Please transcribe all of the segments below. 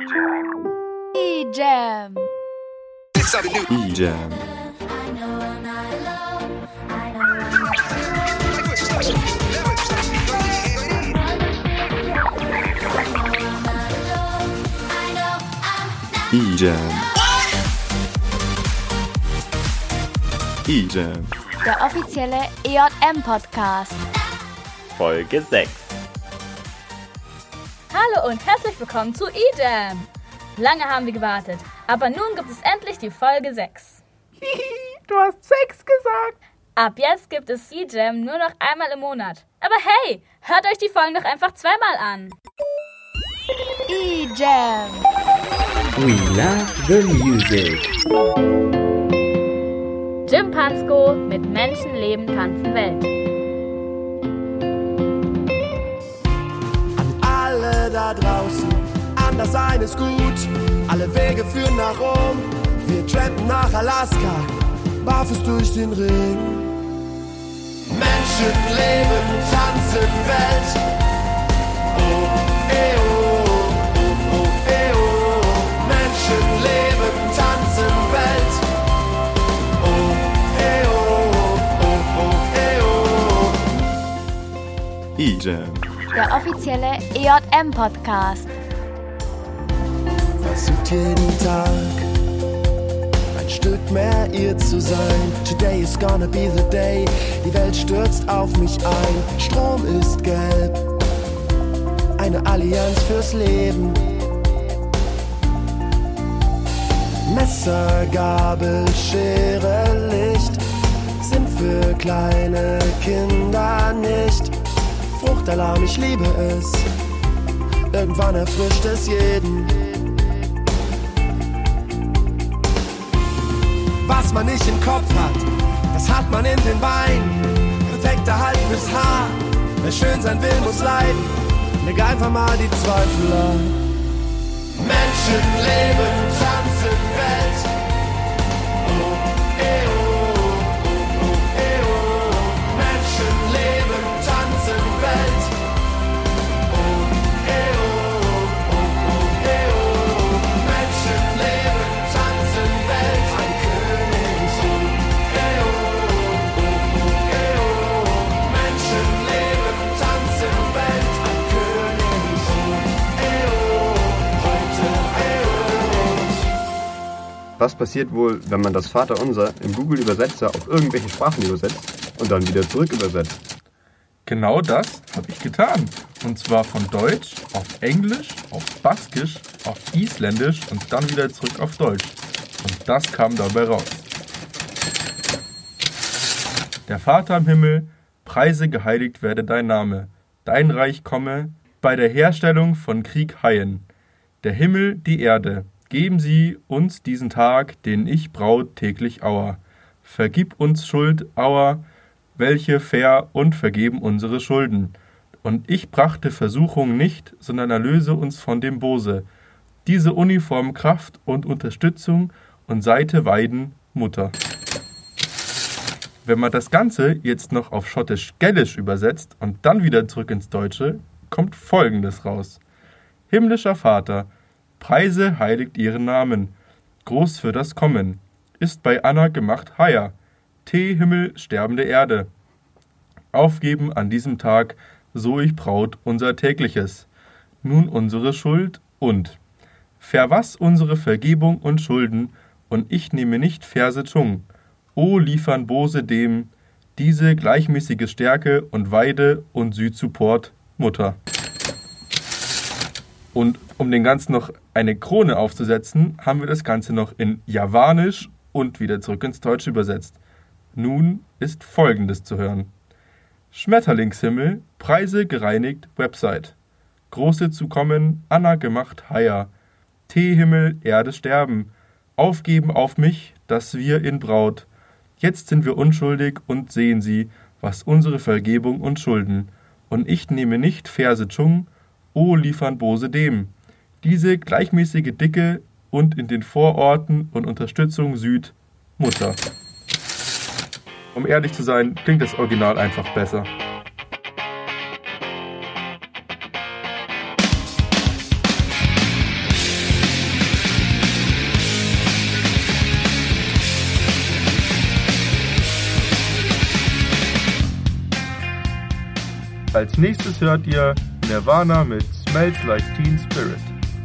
E-Jam. E-Jam. E-Jam. E-Jam. Der offizielle EJM-Podcast. Folge 6. Hallo und herzlich willkommen zu E-Jam. Lange haben wir gewartet, aber nun gibt es endlich die Folge 6. Du hast 6 gesagt. Ab jetzt gibt es E-Jam nur noch einmal im Monat. Aber hey, hört euch die Folgen doch einfach zweimal an. E-Jam. We love the music. Jim Pansko mit Menschen, Leben, Tanzen, Welt. An alle da draußen, anders sein ist gut. Alle Wege führen nach Rom. Wir trampen nach Alaska, barfuß durch den Regen. Menschen, leben, tanzen, Welt. Oh, oh, oh, oh, oh. Menschen, leben, tanzen, Welt. Oh, oh, oh, oh, oh. E-Jam. Der offizielle EJM-Podcast. Versucht jeden Tag ein Stück mehr ihr zu sein. Today is gonna be the day. Die Welt stürzt auf mich ein. Strom ist gelb. Eine Allianz fürs Leben. Messer, Gabel, Schere, Licht sind für kleine Kinder nicht. Fruchtalarm, ich liebe es. Irgendwann erfrischt es jeden. Was man nicht im Kopf hat, das hat man in den Beinen. Perfekter Halt fürs Haar. Wer schön sein will, muss leiden. Leg einfach mal die Zweifel an. Menschen, leben, tanzen, Welt. Oh, oh, oh, oh. Menschen, leben, tanzen, Welt. Oh, oh, oh. Menschen, leben, tanzen, Welt. Ein König. Menschen, leben, tanzen, Welt. Ein König. Was passiert wohl, wenn man das Vaterunser im Google-Übersetzer auf irgendwelche Sprachen übersetzt und dann wieder zurück übersetzt? Genau das habe ich getan. Und zwar von Deutsch auf Englisch, auf Baskisch, auf Isländisch und dann wieder zurück auf Deutsch. Und das kam dabei raus. Der Vater im Himmel, preise geheiligt werde dein Name. Dein Reich komme, bei der Herstellung von Krieg heilen. Der Himmel, die Erde, geben sie uns diesen Tag, den ich Braut täglich auer. Vergib uns Schuld, auer, welche fair und vergeben unsere Schulden. Und ich brachte Versuchung nicht, sondern erlöse uns von dem Bose. Diese uniform Kraft und Unterstützung und Seite weiden, Mutter. Wenn man das Ganze jetzt noch auf Schottisch-Gälisch übersetzt und dann wieder zurück ins Deutsche, kommt Folgendes raus. Himmlischer Vater, Preise heiligt ihren Namen, groß für das Kommen, ist bei Anna gemacht Haier, Tee, Himmel, sterbende Erde. Aufgeben an diesem Tag, so ich Braut unser tägliches, nun unsere Schuld und verwas unsere Vergebung und Schulden, und ich nehme nicht Verse Chung, o liefern Bose dem, diese gleichmäßige Stärke und Weide und Südsupport, Mutter. Und um den Ganzen noch eine Krone aufzusetzen, haben wir das Ganze noch in Javanisch und wieder zurück ins Deutsche übersetzt. Nun ist Folgendes zu hören. Schmetterlingshimmel, Preise gereinigt, Website. Große zu kommen, Anna gemacht, Haier. Teehimmel, Erde sterben. Aufgeben auf mich, dass wir in Braut. Jetzt sind wir unschuldig und sehen sie, was unsere Vergebung und Schulden. Und ich nehme nicht Verse Chung, o liefern Bose dem. Diese gleichmäßige Dicke und in den Vororten und Unterstützung Süd, Mutter. Um ehrlich zu sein, klingt das Original einfach besser. Als nächstes hört ihr Nirvana mit Smells Like Teen Spirit.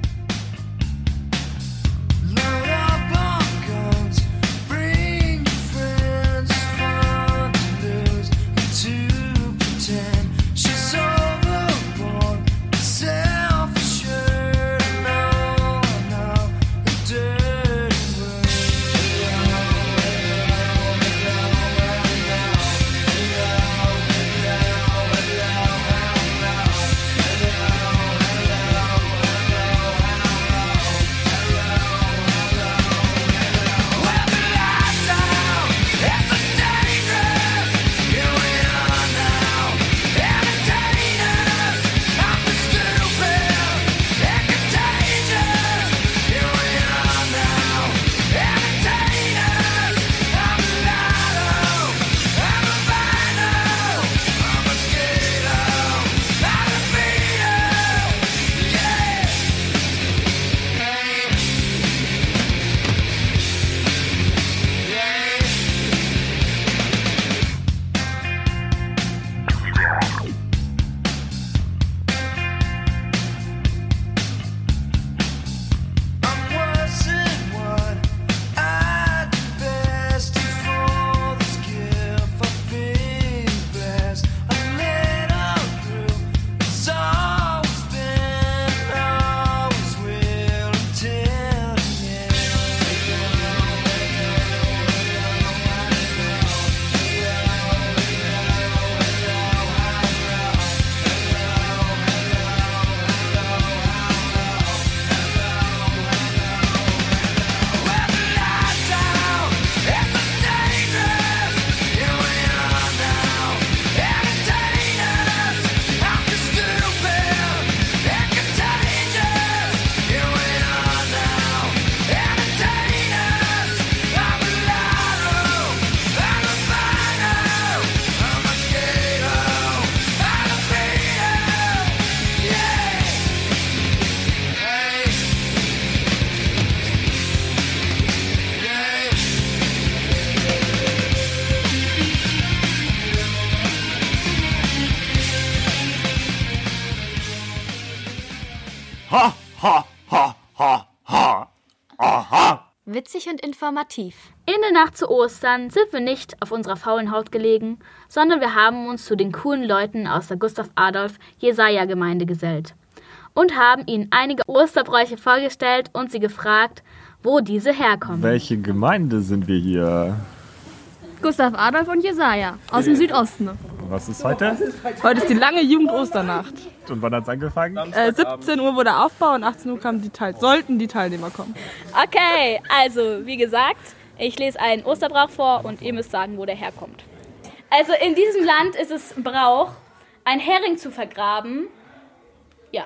Ha, ha, ha, ha, ha. Aha. Witzig und informativ. In der Nacht zu Ostern sind wir nicht auf unserer faulen Haut gelegen, sondern wir haben uns zu den coolen Leuten aus der Gustav-Adolf-Jesaja-Gemeinde gesellt und haben ihnen einige Osterbräuche vorgestellt und sie gefragt, wo diese herkommen. Welche Gemeinde sind wir hier? Gustav Adolf und Jesaja aus dem Südosten. Was ist heute? Heute ist die lange Jugend-Osternacht. Und wann hat es angefangen? 17 Uhr wurde Aufbau und 18 Uhr sollten die Teilnehmer kommen. Okay, also wie gesagt, ich lese einen Osterbrauch vor und ihr müsst sagen, wo der herkommt. Also in diesem Land ist es Brauch, einen Hering zu vergraben. Ja.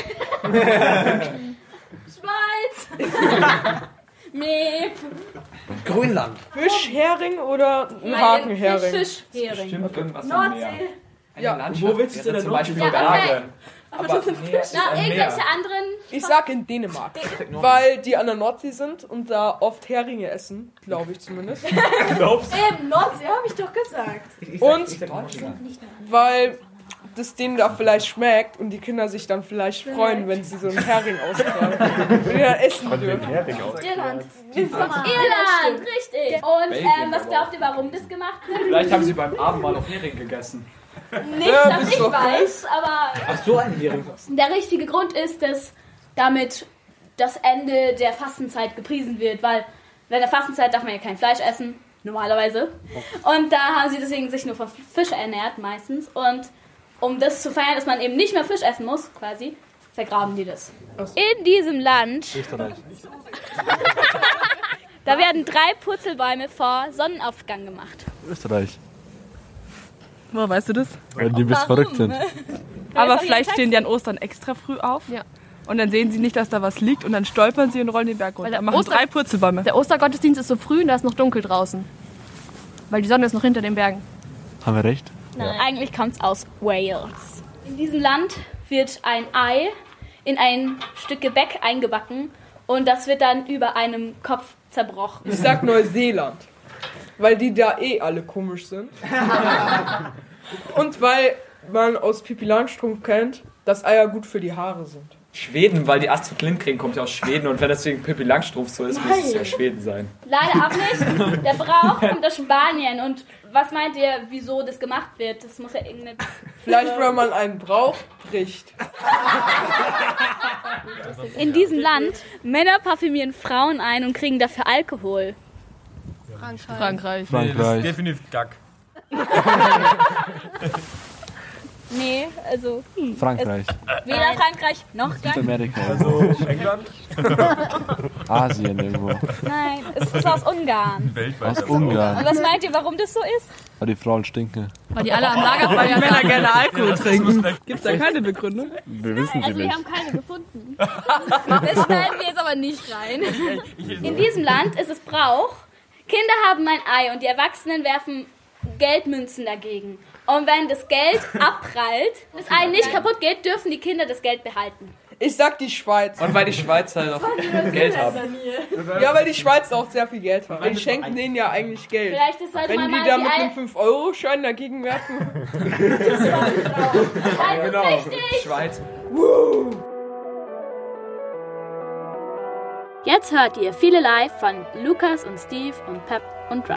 Schweiz. Meep. Grönland. Fischhering oder ein Hakenhering? Fischhering. Nordsee. Ja. Wo willst du denn zum Beispiel Ja, okay. Aber das ist irgendwelche anderen. Ich sag in Dänemark, weil die an der Nordsee sind und da oft Heringe essen, glaube ich zumindest. Glaubst du? Eben, Nordsee habe ich doch gesagt. Und weil das denen da vielleicht schmeckt und die Kinder sich dann vielleicht freuen, wenn sie so einen Hering ausgraben und die dann essen dürfen. Irland. Irland, richtig. Und was glaubt ihr, warum das gemacht wird? Vielleicht haben sie beim Abendmahl noch Hering gegessen. Nicht, dass ich weiß, aber Ach so, ein Hering. der richtige Grund ist, dass damit das Ende der Fastenzeit gepriesen wird, weil während der Fastenzeit darf man ja kein Fleisch essen, normalerweise. Und da haben sie deswegen sich nur von Fisch ernährt meistens. Und um das zu feiern, dass man eben nicht mehr Fisch essen muss, quasi, vergraben die das. In diesem Land, da werden 3 Purzelbäume vor Sonnenaufgang gemacht. Österreich. Woher weißt du das? Weil die bis verrückt sind. Aber vielleicht stehen die an Ostern extra früh auf. Ja. Und dann sehen sie nicht, dass da was liegt und dann stolpern sie und rollen den Berg runter. Dann machen 3 Purzelbäume. Der Ostergottesdienst ist so früh und da ist noch dunkel draußen. Weil die Sonne ist noch hinter den Bergen. Haben wir recht? Nein, eigentlich kommt es aus Wales. In diesem Land wird ein Ei in ein Stück Gebäck eingebacken und das wird dann über einem Kopf zerbrochen. Ich sag Neuseeland, weil die da alle komisch sind. Und weil man aus Pippi Langstrumpf kennt, dass Eier gut für die Haare sind. Schweden, weil die Astrid Lindgren kommt ja aus Schweden und wenn deswegen Pippi Langstrumpf so ist, muss es ja Schweden sein. Leider auch nicht. Der Brauch kommt aus Spanien. Und was meint ihr, wieso das gemacht wird? Das muss ja irgendeine... Vielleicht, wenn man einen Brauch bricht. In diesem Land, Männer parfümieren Frauen ein und kriegen dafür Alkohol. Frankreich. Nee, das ist definitiv Gack. Nee, also... Frankreich. Weder Frankreich noch Gack. Südamerika. Also England? Asien irgendwo. Nein, es ist aus Ungarn. Aus Ungarn. Und was meint ihr, warum das so ist? Weil die Frauen stinken. Weil die alle am Lagerfeuer Männer gerne Alkohol trinken. Gibt's da keine Begründung? Wir wissen sie Also wir nicht. haben keine gefunden. Das schneiden wir jetzt aber nicht rein. In diesem Land ist es Brauch. Kinder haben ein Ei und die Erwachsenen werfen Geldmünzen dagegen. Und wenn das Geld abprallt, das Ei nicht kaputt geht, dürfen die Kinder das Geld behalten. Ich sag die Schweiz. Und weil die Schweizer halt auch Geld haben. Ja, weil die Schweiz auch sehr viel Geld hat. Die schenken denen ja eigentlich Geld. Vielleicht ist halt Wenn mal die da die mit Ei... einem 5-Euro-Schein dagegen werfen. Genau. Richtig. Schweiz. Jetzt hört ihr viele live von Lukas und Steve und Pep und Drum.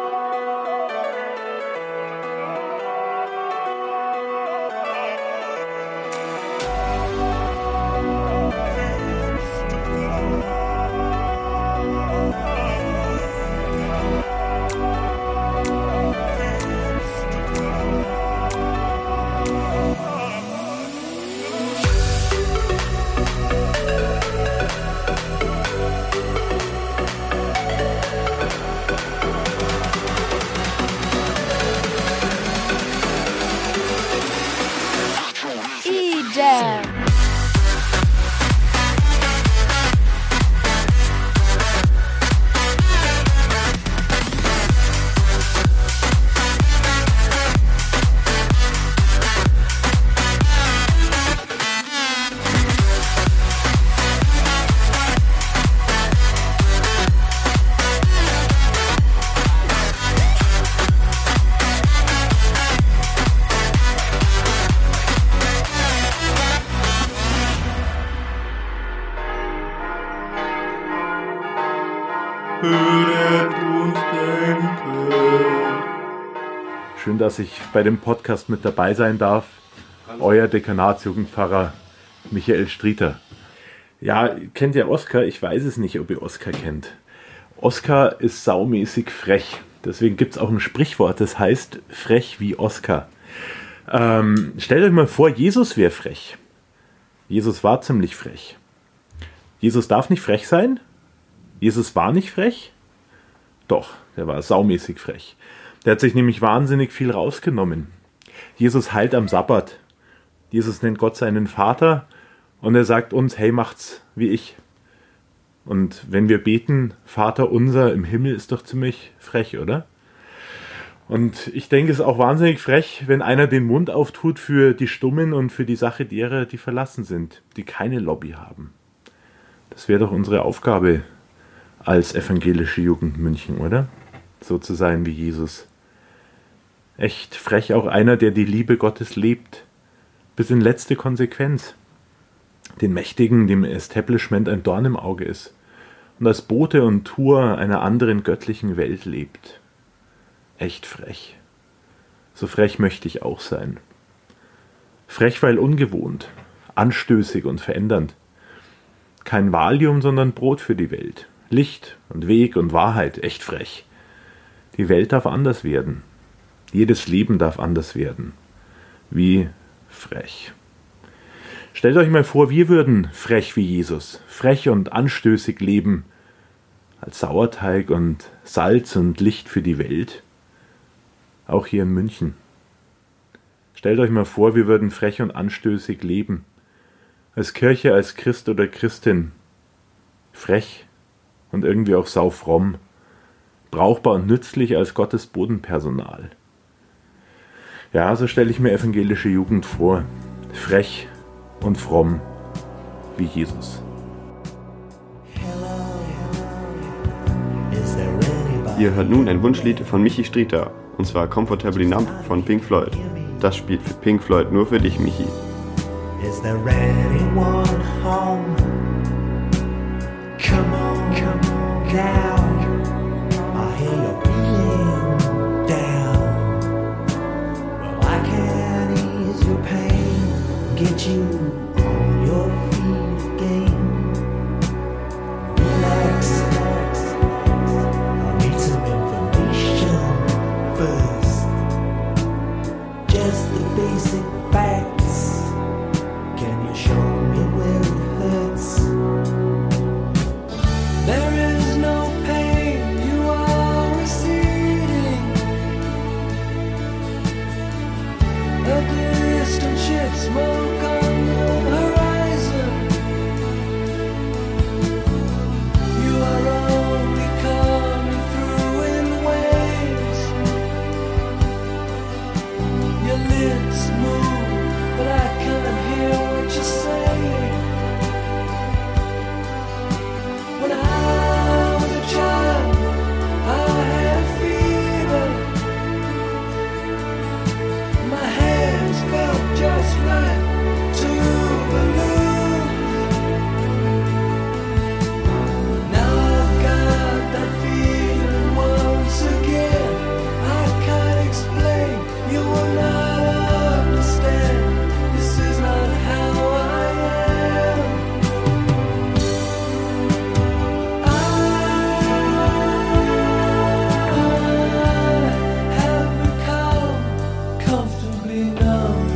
Schön, dass ich bei dem Podcast mit dabei sein darf. Euer Dekanatsjugendpfarrer Michael Strieter. Ja, kennt ihr Oskar? Ich weiß es nicht, ob ihr Oskar kennt. Oskar ist saumäßig frech. Deswegen gibt es auch ein Sprichwort, das heißt frech wie Oskar. Stellt euch mal vor, Jesus wäre frech. Jesus war ziemlich frech. Jesus darf nicht frech sein. Jesus war nicht frech. Doch, der war saumäßig frech. Der hat sich nämlich wahnsinnig viel rausgenommen. Jesus heilt am Sabbat. Jesus nennt Gott seinen Vater und er sagt uns, hey, macht's wie ich. Und wenn wir beten, Vater unser im Himmel, ist doch ziemlich frech, oder? Und ich denke, es ist auch wahnsinnig frech, wenn einer den Mund auftut für die Stummen und für die Sache derer, die verlassen sind, die keine Lobby haben. Das wäre doch unsere Aufgabe als evangelische Jugend München, oder? So zu sein wie Jesus. Echt frech auch einer, der die Liebe Gottes lebt, bis in letzte Konsequenz. Den Mächtigen, dem Establishment ein Dorn im Auge ist und als Bote und Tor einer anderen göttlichen Welt lebt. Echt frech. So frech möchte ich auch sein. Frech, weil ungewohnt, anstößig und verändernd. Kein Valium, sondern Brot für die Welt. Licht und Weg und Wahrheit, echt frech. Die Welt darf anders werden. Jedes Leben darf anders werden. Wie frech. Stellt euch mal vor, wir würden frech wie Jesus, frech und anstößig leben, als Sauerteig und Salz und Licht für die Welt. Auch hier in München. Stellt euch mal vor, wir würden frech und anstößig leben, als Kirche, als Christ oder Christin. Frech und irgendwie auch saufromm, brauchbar und nützlich als Gottes Bodenpersonal. Ja, so stelle ich mir evangelische Jugend vor. Frech und fromm wie Jesus. Ihr hört nun ein Wunschlied von Michi Strieter, und zwar Comfortably Numb von Pink Floyd. Das spielt für Pink Floyd nur für dich, Michi. Is there anyone home? Come on down. I hear you're feeling down. Well, I can ease your pain, get you on your feet again. Relax. I need some information first. Just the basic facts. Can you show me where it hurts? There is no pain, you are receding. A distant ship, smoke on the horizon. You are only coming through in waves. Your lips move, but I can't hear what you're saying. When I was a child, I had a fever. My hands felt just like two balloons. Now I've got that feeling once again. I can't explain, you will not understand. This is not how I am. I have become comfortably numb.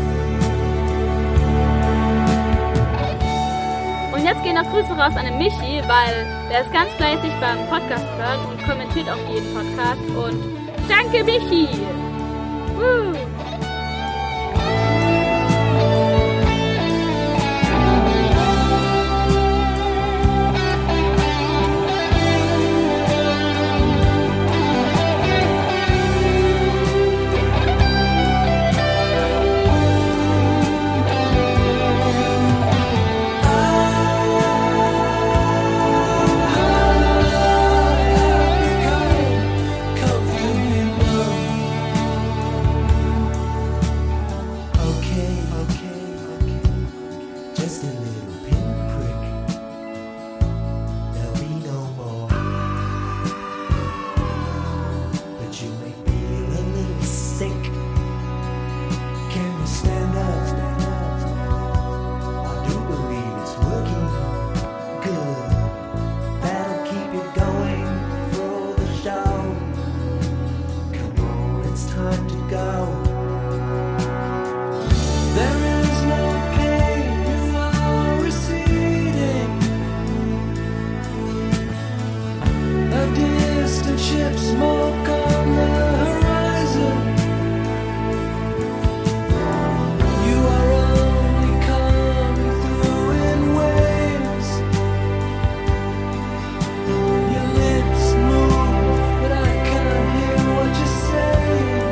Und jetzt gehen noch Grüße raus an den Michi, weil der ist ganz fleißig beim Podcast hören und kommentiert auch jeden Podcast. Und danke, Michi! Woo. Just a little pinprick. There'll be no more. But you may feel a little sick. Can you stand up? I do believe it's working good. That'll keep you going through the show. Come on, it's time to go. There is no pain, you are receding. A distant ship, smoke on the horizon. You are only coming through in waves. Your lips move, but I can't hear what you're saying.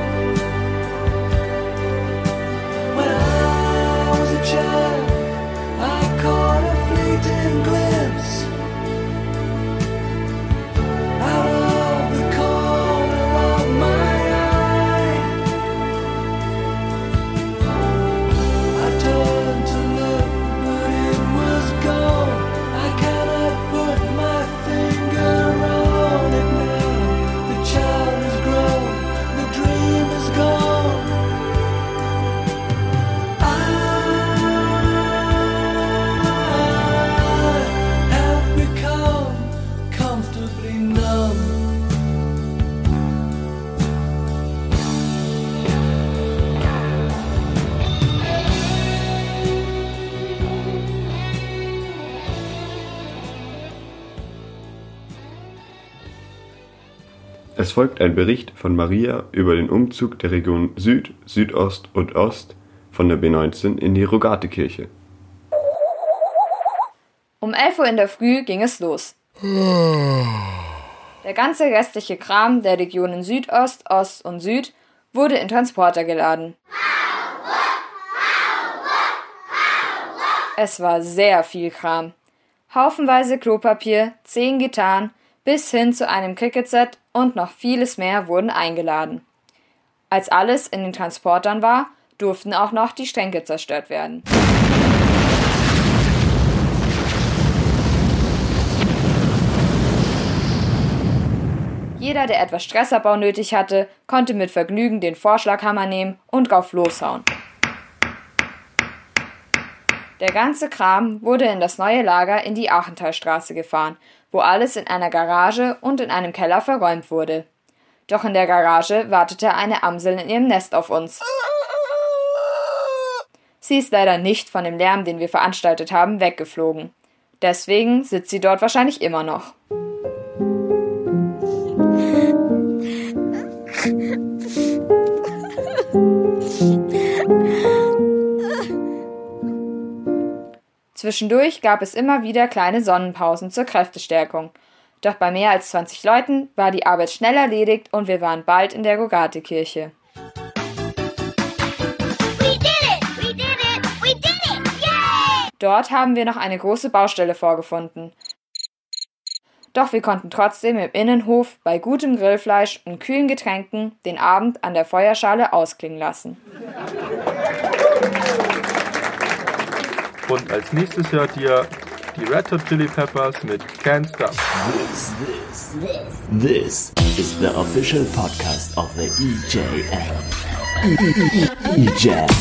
When I was a child, I caught a fleeting glimpse out of the corner of my eye. I turned to look, but it was gone. I cannot put my finger on it now. The child is grown, the dream is gone. I have become comfortably numb. Es folgt ein Bericht von Maria über den Umzug der Region Süd, Südost und Ost von der B19 in die Rogathe-Kirche. Um 11 Uhr in der Früh ging es los. Der ganze restliche Kram der Regionen Südost, Ost und Süd wurde in Transporter geladen. Es war sehr viel Kram. Haufenweise Klopapier, 10 Gitarren, bis hin zu einem Cricket-Set und noch vieles mehr wurden eingeladen. Als alles in den Transportern war, durften auch noch die Schränke zerstört werden. Jeder, der etwas Stressabbau nötig hatte, konnte mit Vergnügen den Vorschlaghammer nehmen und drauf loshauen. Der ganze Kram wurde in das neue Lager in die Aachentalstraße gefahren, wo alles in einer Garage und in einem Keller verräumt wurde. Doch in der Garage wartete eine Amsel in ihrem Nest auf uns. Sie ist leider nicht von dem Lärm, den wir veranstaltet haben, weggeflogen. Deswegen sitzt sie dort wahrscheinlich immer noch. Zwischendurch gab es immer wieder kleine Sonnenpausen zur Kräftestärkung. Doch bei mehr als 20 Leuten war die Arbeit schnell erledigt und wir waren bald in der Gogathe-Kirche. Dort haben wir noch eine große Baustelle vorgefunden. Doch wir konnten trotzdem im Innenhof bei gutem Grillfleisch und kühlen Getränken den Abend an der Feuerschale ausklingen lassen. Und als nächstes hört ihr die Red Hot Chili Peppers mit Can't Stop. This is the official podcast of the EJM. EJM.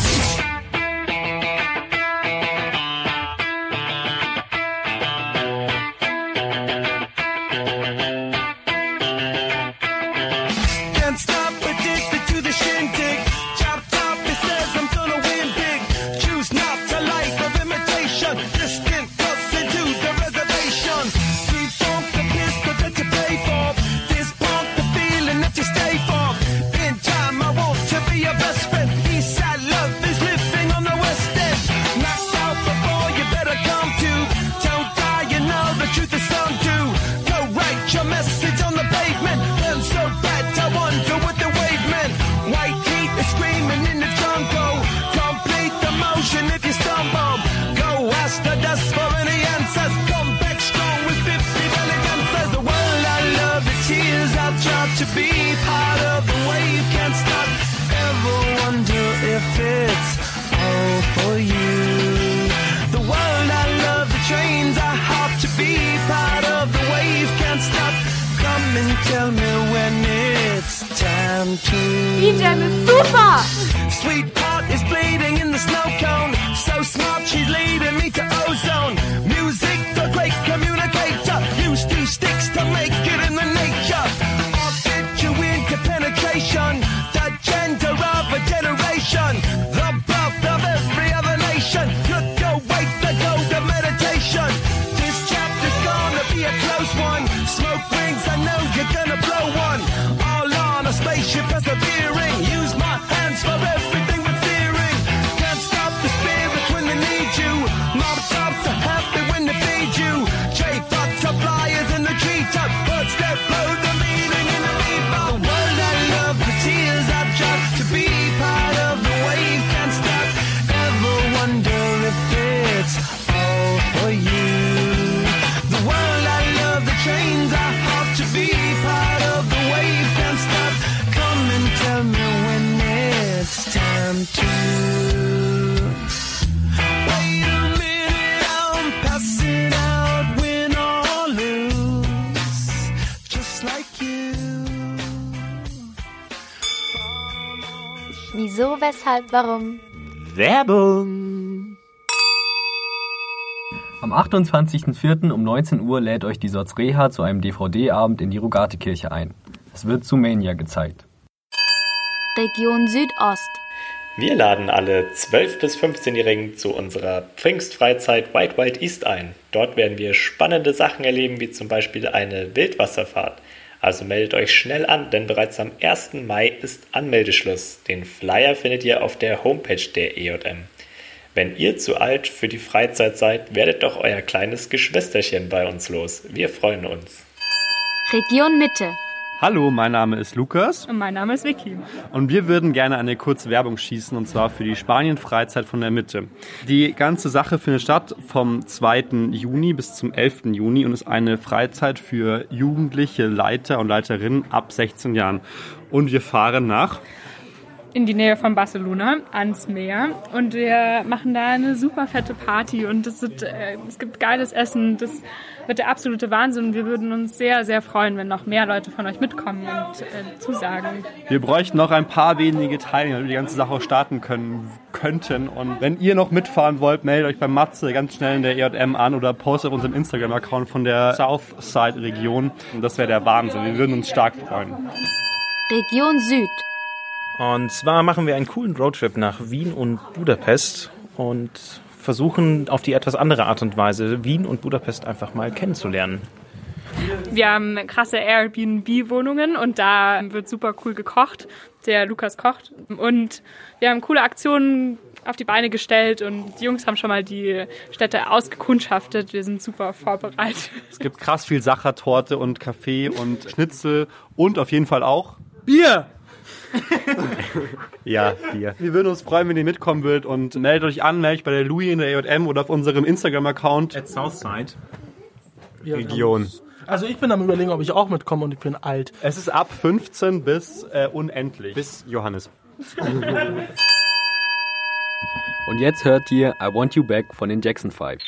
EJM ist super! Sweetheart is bleeding in the snow cone. So smart, she's leading me to ozone. Music, the great communicator. Use two sticks to make it in the nature. I'll get you into penetration. The gender of a generation. The birth of every other nation. Look away, the gold of meditation. This chapter's gonna be a close one. Smoke rings, I know you're gonna blow one. All on a spaceship persevering. Use my hands for everything but fearing. Can't stop the spirits when they need you. Mob tops are happy when they feed you. J butterflies in the treetop. Birds that blow the meaning in the leaf. The world I love, the tears I've dropped. To be part of the wave can't stop. Ever wonder if it's all for you? The world I love, the trains I hop. To be part of the wave can't stop. Come and tell me when it's time to. Wait a minute, I'm passing out, win or lose, just like you. Wieso, weshalb, warum? Werbung! Am 28.04. um 19 Uhr lädt euch die Sotzreha zu einem DVD-Abend in die Gogathe-Kirche ein. Es wird Zoomania gezeigt. Region Südost. Wir laden alle 12- bis 15-Jährigen zu unserer Pfingstfreizeit White Wild East ein. Dort werden wir spannende Sachen erleben, wie zum Beispiel eine Wildwasserfahrt. Also meldet euch schnell an, denn bereits am 1. Mai ist Anmeldeschluss. Den Flyer findet ihr auf der Homepage der EJM. Wenn ihr zu alt für die Freizeit seid, werdet doch euer kleines Geschwisterchen bei uns los. Wir freuen uns. Region Mitte. Hallo, mein Name ist Lukas. Und mein Name ist Vicky. Und wir würden gerne eine kurze Werbung schießen, und zwar für die Spanien-Freizeit von der Mitte. Die ganze Sache findet statt vom 2. Juni bis zum 11. Juni und ist eine Freizeit für jugendliche Leiter und Leiterinnen ab 16 Jahren. Und wir fahren nach in die Nähe von Barcelona, ans Meer. Und wir machen da eine super fette Party und es gibt geiles Essen. Das wird der absolute Wahnsinn. Wir würden uns sehr, sehr freuen, wenn noch mehr Leute von euch mitkommen und zusagen. Wir bräuchten noch ein paar wenige Teilnehmer, damit wir die ganze Sache auch starten könnten. Und wenn ihr noch mitfahren wollt, meldet euch bei Matze ganz schnell in der EJM an oder postet auf unserem Instagram-Account von der Southside-Region. Und das wäre der Wahnsinn. Wir würden uns stark freuen. Region Süd. Und zwar machen wir einen coolen Roadtrip nach Wien und Budapest und versuchen auf die etwas andere Art und Weise Wien und Budapest einfach mal kennenzulernen. Wir haben krasse Airbnb-Wohnungen und da wird super cool gekocht. Der Lukas kocht. Und wir haben coole Aktionen auf die Beine gestellt und die Jungs haben schon mal die Städte ausgekundschaftet. Wir sind super vorbereitet. Es gibt krass viel Sachertorte und Kaffee und Schnitzel und auf jeden Fall auch Bier! Ja, Bier. Wir würden uns freuen, wenn ihr mitkommen würdet und meldet euch an, meldet euch bei der Louis in der EJM oder auf unserem Instagram-Account @Southside Region. Also ich bin am Überlegen, ob ich auch mitkomme und ich bin alt. Es ist ab 15 bis unendlich. Bis Johannes. Und jetzt hört ihr I Want You Back von den Jackson 5.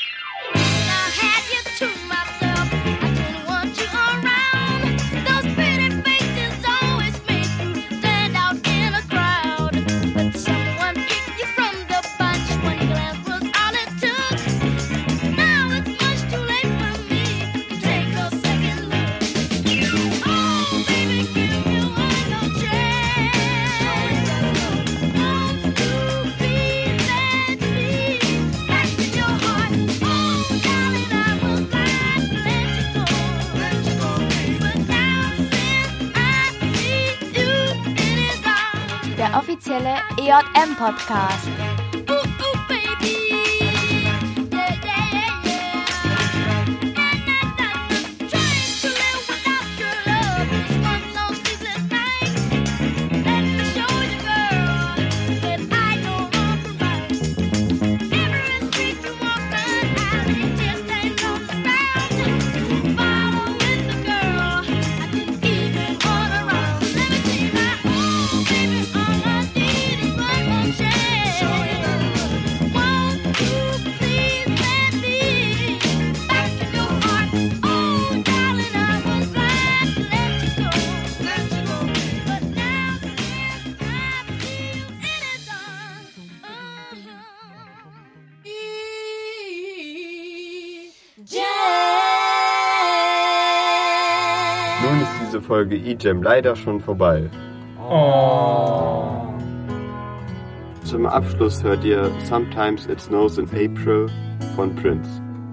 Der offizielle EJM-Podcast. Nun ist diese Folge EJM leider schon vorbei. Zum Abschluss hört ihr Sometimes It Snows in April von Prince.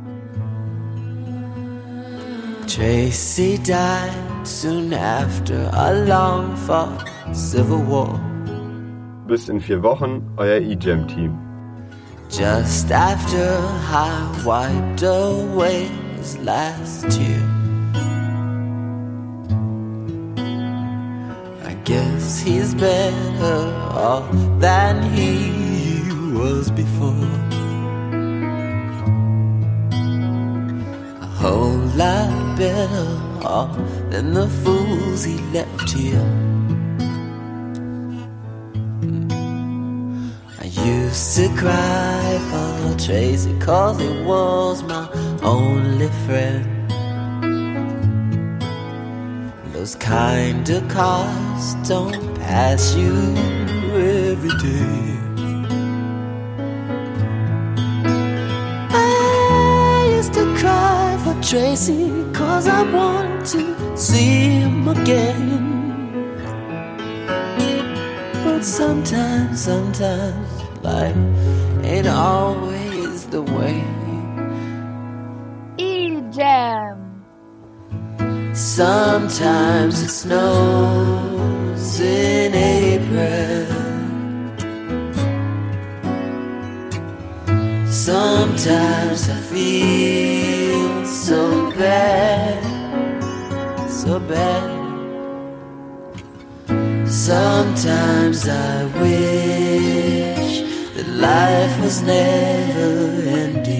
Tracy died soon after a long-fought civil war. Bis in 4 Wochen, euer EJM-Team. Just after I wiped away his last tear, I guess he's better off than he was before. A whole lot better off than the fools he left here. Used to cry for Tracy 'cause he was my only friend. Those kind of cars don't pass you every day. I used to cry for Tracy 'cause I want to see him again. But sometimes life ain't always the way. EJM. Sometimes it snows in April. Sometimes I feel so bad, so bad. Sometimes I wish that life was never ending.